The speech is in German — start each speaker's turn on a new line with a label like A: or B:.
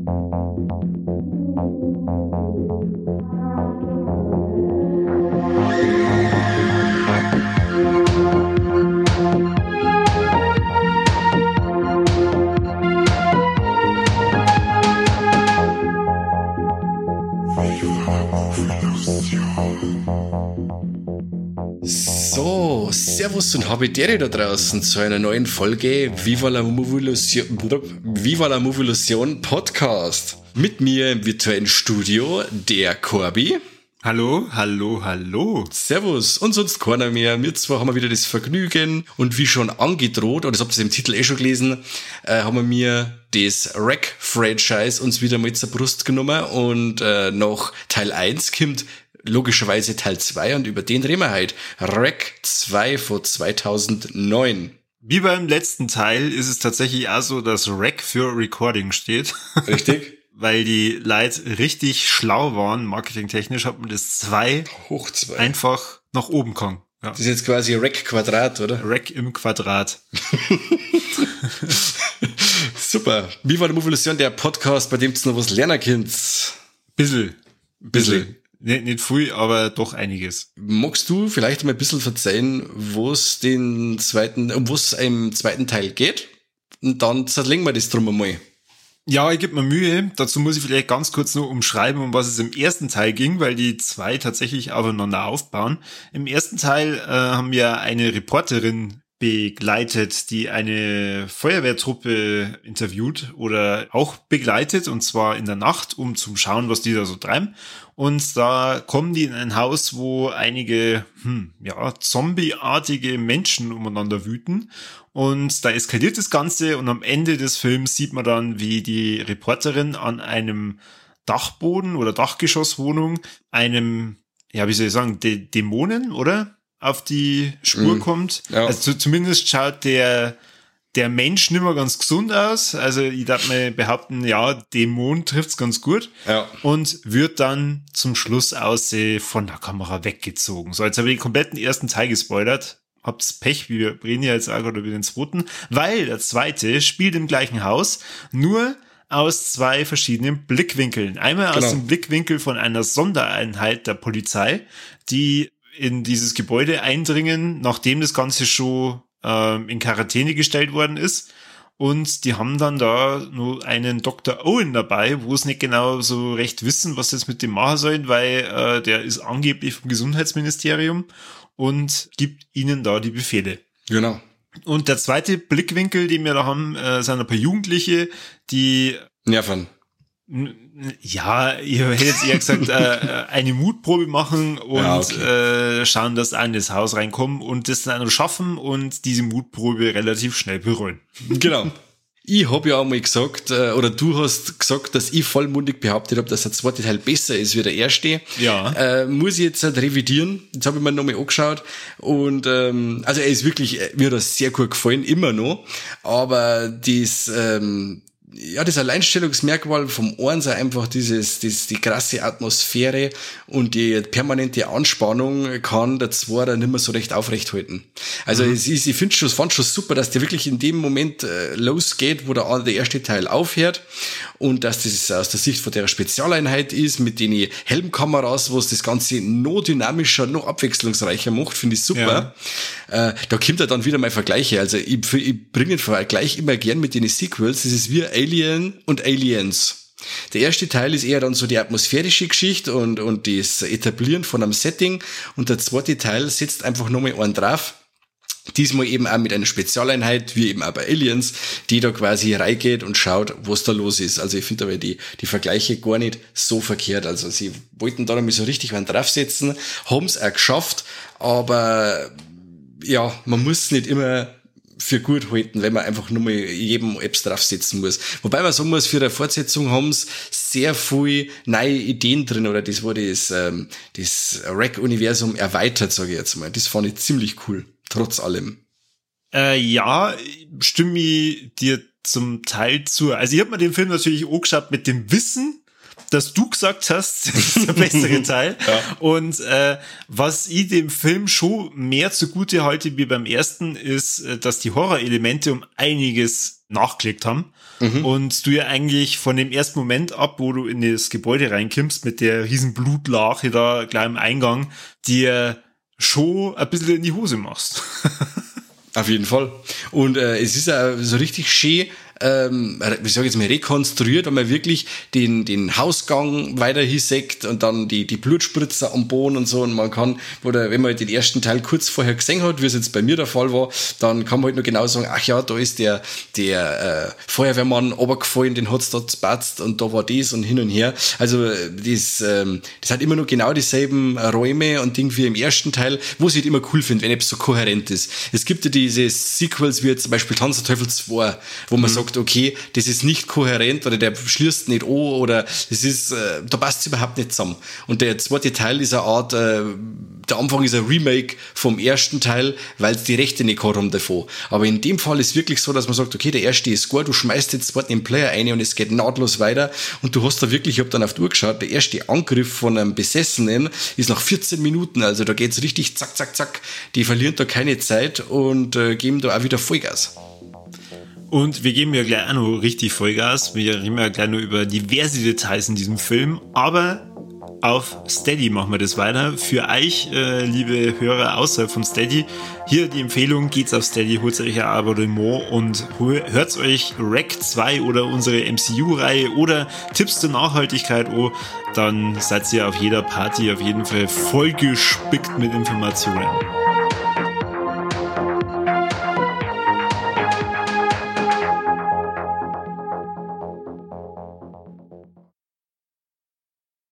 A: So, Servus und Habitäre da draußen zu einer neuen Folge Viva la Movilusion Podcast. Mit mir im virtuellen Studio der Corby.
B: Hallo, hallo, hallo.
A: Servus und sonst keiner mehr. Wir zwei haben wieder das Vergnügen und wie schon angedroht, oder das habt ihr im Titel schon gelesen, haben wir mir das REC-Franchise uns wieder mal zur Brust genommen und nach Teil 1 kommt logischerweise Teil 2 und über den reden wir heute. REC 2 von 2009.
B: Wie beim letzten Teil ist es tatsächlich auch so, dass REC für Recording steht.
A: Richtig?
B: Weil die Leute richtig schlau waren, marketingtechnisch, hat man das 2
A: hoch 2
B: einfach nach oben gegangen. Ja.
A: Das ist jetzt quasi REC Quadrat, oder?
B: REC im Quadrat.
A: Super. Wie war die Movilusion, der Podcast, bei dem du noch was lernen könnt?
B: Bissl. Nicht viel, aber doch einiges.
A: Magst du vielleicht mal ein bisschen verzeihen, um was im zweiten Teil geht? Und dann zerlegen wir das drum einmal.
B: Ja, ich gebe mir Mühe. Dazu muss ich vielleicht ganz kurz nur umschreiben, um was es im ersten Teil ging, weil die zwei tatsächlich aufeinander aufbauen. Im ersten Teil haben wir eine Reporterin begleitet, die eine Feuerwehrtruppe interviewt oder auch begleitet, und zwar in der Nacht, um zu schauen, was die da so treiben. Und da kommen die in ein Haus, wo einige zombieartige Menschen umeinander wüten. Und da eskaliert das Ganze und am Ende des Films sieht man dann, wie die Reporterin an einem Dachboden oder Dachgeschosswohnung einem, Dämonen, oder? Auf die Spur kommt. Ja. Also zumindest schaut der Mensch nicht mehr ganz gesund aus. Also ich darf mal behaupten, ja, Dämon trifft's ganz gut. Ja. Und wird dann zum Schluss von der Kamera weggezogen. So, jetzt habe ich den kompletten ersten Teil gespoilert. Habt's Pech, wir reden ja jetzt auch gerade über den zweiten. Weil der zweite spielt im gleichen Haus, nur aus 2 verschiedenen Blickwinkeln. Einmal aus dem Blickwinkel von einer Sondereinheit der Polizei, die in dieses Gebäude eindringen, nachdem das Ganze schon in Quarantäne gestellt worden ist. Und die haben dann da nur einen Dr. Owen dabei, wo es nicht genau so recht wissen, was das mit dem machen sollen, weil der ist angeblich vom Gesundheitsministerium und gibt ihnen da die Befehle.
A: Genau.
B: Und der zweite Blickwinkel, den wir da haben, sind ein paar Jugendliche, die
A: nerven.
B: Ja, ich hätte jetzt eher gesagt, eine Mutprobe machen und schauen, dass sie in das Haus reinkommen und das dann auch noch schaffen und diese Mutprobe relativ schnell bereuen.
A: Genau. Ich habe ja einmal gesagt, oder du hast gesagt, dass ich vollmundig behauptet habe, dass der zweite Teil besser ist wie der erste.
B: Ja.
A: Muss ich jetzt halt revidieren. Jetzt habe ich mir nochmal angeschaut. Und also er ist wirklich, mir hat das sehr gut gefallen, immer noch. Aber das Alleinstellungsmerkmal vom einen ist einfach die krasse Atmosphäre und die permanente Anspannung kann der Zweiter nicht mehr so recht aufrechthalten. Also ich fand schon super, dass der wirklich in dem Moment losgeht, wo der erste Teil aufhört und dass das aus der Sicht von der Spezialeinheit ist, mit den Helmkameras, wo es das Ganze noch dynamischer, noch abwechslungsreicher macht, finde ich super. Ja. Da kommt ja dann wieder mal Vergleiche. Also ich bringe den Vergleich immer gern mit den Sequels. Das ist wie Alien und Aliens. Der erste Teil ist eher dann so die atmosphärische Geschichte und das Etablieren von einem Setting und der zweite Teil setzt einfach nochmal einen drauf. Diesmal eben auch mit einer Spezialeinheit, wie eben auch bei Aliens, die da quasi reingeht und schaut, was da los ist. Also ich finde aber die Vergleiche gar nicht so verkehrt. Also sie wollten da nochmal so richtig einen draufsetzen, haben es auch geschafft, aber ja, man muss nicht immer für gut halten, wenn man einfach nur mal jedem Apps draufsetzen muss. Wobei man sagen muss, für eine Fortsetzung haben es sehr viel neue Ideen drin, oder das war das REC-Universum erweitert, sage ich jetzt mal. Das fand ich ziemlich cool, trotz allem.
B: Ja, stimme ich dir zum Teil zu. Also ich habe mir den Film natürlich angeschaut mit dem Wissen, dass du gesagt hast, das ist der bessere Teil. Ja. Und was ich dem Film schon mehr zugute halte wie beim ersten, ist, dass die Horrorelemente um einiges nachgelegt haben. Und du ja eigentlich von dem ersten Moment ab, wo du in das Gebäude reinkommst, mit der riesen Blutlache da gleich im Eingang, dir schon ein bisschen in die Hose machst.
A: Auf jeden Fall. Und es ist auch so richtig schön, wie sage ich jetzt mal, rekonstruiert, wenn man wirklich den Hausgang weiter hinseckt und dann die Blutspritzer am Boden und so, und man kann, oder wenn man den ersten Teil kurz vorher gesehen hat, wie es jetzt bei mir der Fall war, dann kann man halt nur genau sagen, ach ja, da ist der Feuerwehrmann runtergefallen, den hat's da gespatzt und da war das und hin und her. Also das hat immer noch genau dieselben Räume und Dinge wie im ersten Teil, wo ich halt immer cool finde, wenn es so kohärent ist. Es gibt ja diese Sequels wie zum Beispiel Tanz der Teufel 2, wo man sagt, okay, das ist nicht kohärent oder der schließt nicht an oder das ist, da passt es überhaupt nicht zusammen. Und der zweite Teil ist eine Art, der Anfang ist ein Remake vom ersten Teil, weil die Rechte nicht gehabt haben davon. Aber in dem Fall ist wirklich so, dass man sagt, okay, der erste ist gut, du schmeißt jetzt zweiten den Player ein und es geht nahtlos weiter und du hast da wirklich, ich hab dann auf die Uhr geschaut, der erste Angriff von einem Besessenen ist nach 14 Minuten, also da geht's richtig zack, zack, zack, die verlieren da keine Zeit und geben da auch wieder Vollgas.
B: Und wir geben ja gleich auch noch richtig Vollgas. Wir reden ja gleich noch über diverse Details in diesem Film. Aber auf Steady machen wir das weiter. Für euch, liebe Hörer außerhalb von Steady, hier die Empfehlung, geht's auf Steady, holt euch ein Abonnement und hört euch Rec 2 oder unsere MCU-Reihe oder Tipps zur Nachhaltigkeit an. Dann seid ihr auf jeder Party auf jeden Fall vollgespickt mit Informationen.